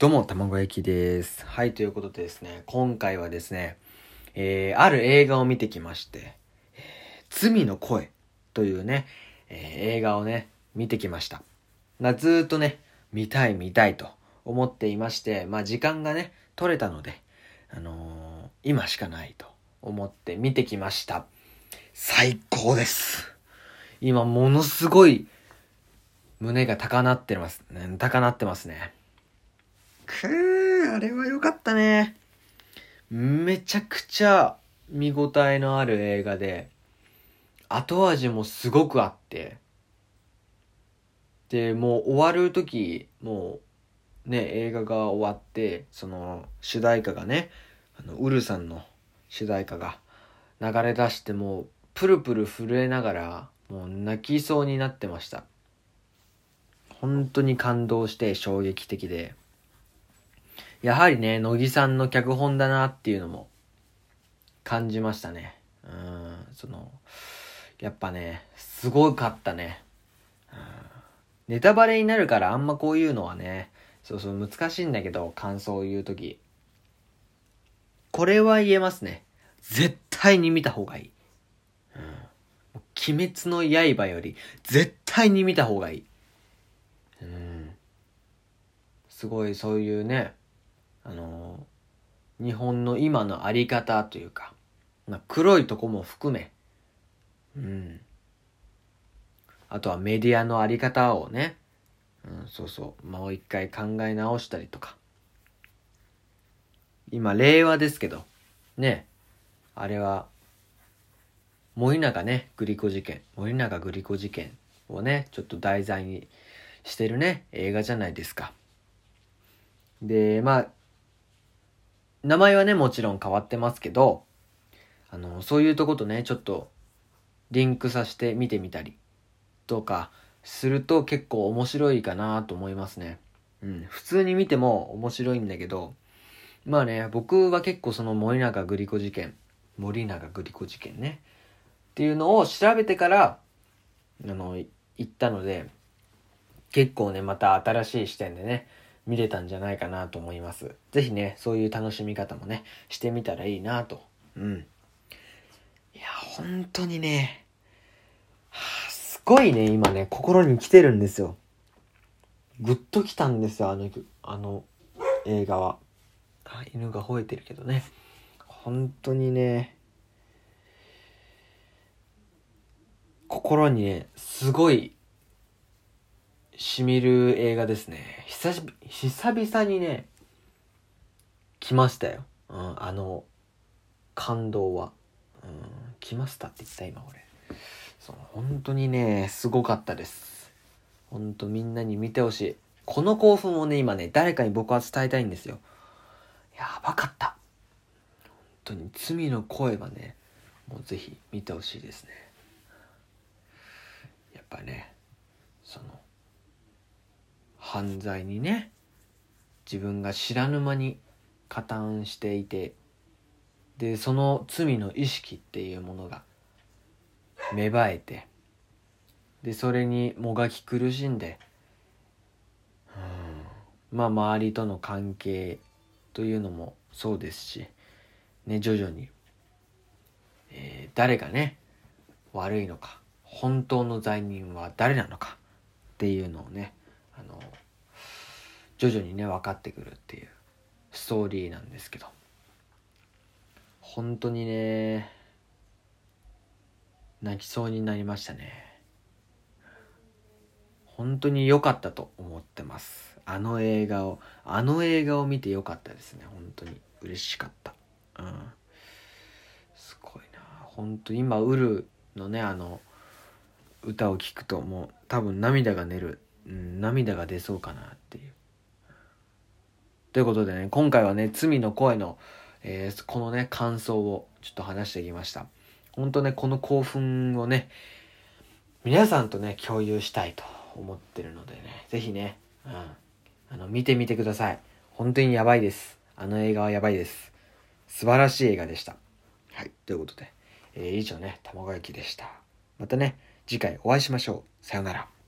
どうも、卵焼きです。はい、ということでですね、今回はですね、ある映画を見てきまして、罪の声というね、映画をね、見てきました。ずーっとね、見たいと思っていまして、時間がね、取れたので、今しかないと思って見てきました。最高です。今、ものすごい、胸が高鳴ってますね。あれは良かったね。めちゃくちゃ見応えのある映画で、後味もすごくあって、で、もう終わる時、もうね、映画が終わって、その主題歌がね、ウルさんの主題歌が流れ出して、もうプルプル震えながら、もう泣きそうになってました。本当に感動して衝撃的で、やはりね、乃木さんの脚本だなっていうのも感じましたね。やっぱね、すごかったね。ネタバレになるからあんまこういうのはね、難しいんだけど、感想を言うとき。これは言えますね。絶対に見た方がいい。鬼滅の刃より絶対に見た方がいい。すごいそういうね、日本の今のあり方というか、黒いとこも含め、あとはメディアのあり方をね、もう一回考え直したりとか。今、令和ですけど、ね、あれは、森永グリコ事件をね、ちょっと題材にしてるね、映画じゃないですか。で、名前はね、もちろん変わってますけど、そういうとことね、ちょっと、リンクさせて見てみたり、とか、すると結構面白いかなと思いますね。普通に見ても面白いんだけど、僕は結構その森永グリコ事件ね、っていうのを調べてから、行ったので、結構ね、また新しい視点でね、見れたんじゃないかなと思います。ぜひね、そういう楽しみ方もね、してみたらいいなと。いや、本当にね、すごいね、今ね、心に来てるんですよ。ぐっと来たんですよ、あの映画は。犬が吠えてるけどね。本当にね、心にね、すごい、染みる映画ですね。久々にね、来ましたよ。感動は。来ましたって言った今俺。本当にね、すごかったです。本当みんなに見てほしい。この興奮をね、今ね、誰かに僕は伝えたいんですよ。やばかった。本当に罪の声はね、もうぜひ見てほしいですね。やっぱね、犯罪にね、自分が知らぬ間に加担していて、で、その罪の意識っていうものが芽生えて、で、それにもがき苦しんで、周りとの関係というのもそうですし、ね、徐々に、誰がね、悪いのか、本当の罪人は誰なのかっていうのをね、徐々にね、分かってくるっていうストーリーなんですけど、本当にね、泣きそうになりましたね。本当に良かったと思ってます。あの映画を見て良かったですね。本当に嬉しかった。すごいな。本当今ウルのね、歌を聴くともう多分涙が出そうかなっていう。ということでね、今回はね、罪の声の、このね、感想をちょっと話してきました。本当ね、この興奮をね、皆さんとね、共有したいと思ってるのでね、ぜひね、見てみてください。本当にやばいです。あの映画はやばいです。素晴らしい映画でした。はい、ということで、以上ね、卵焼きでした。またね、次回お会いしましょう。さようなら。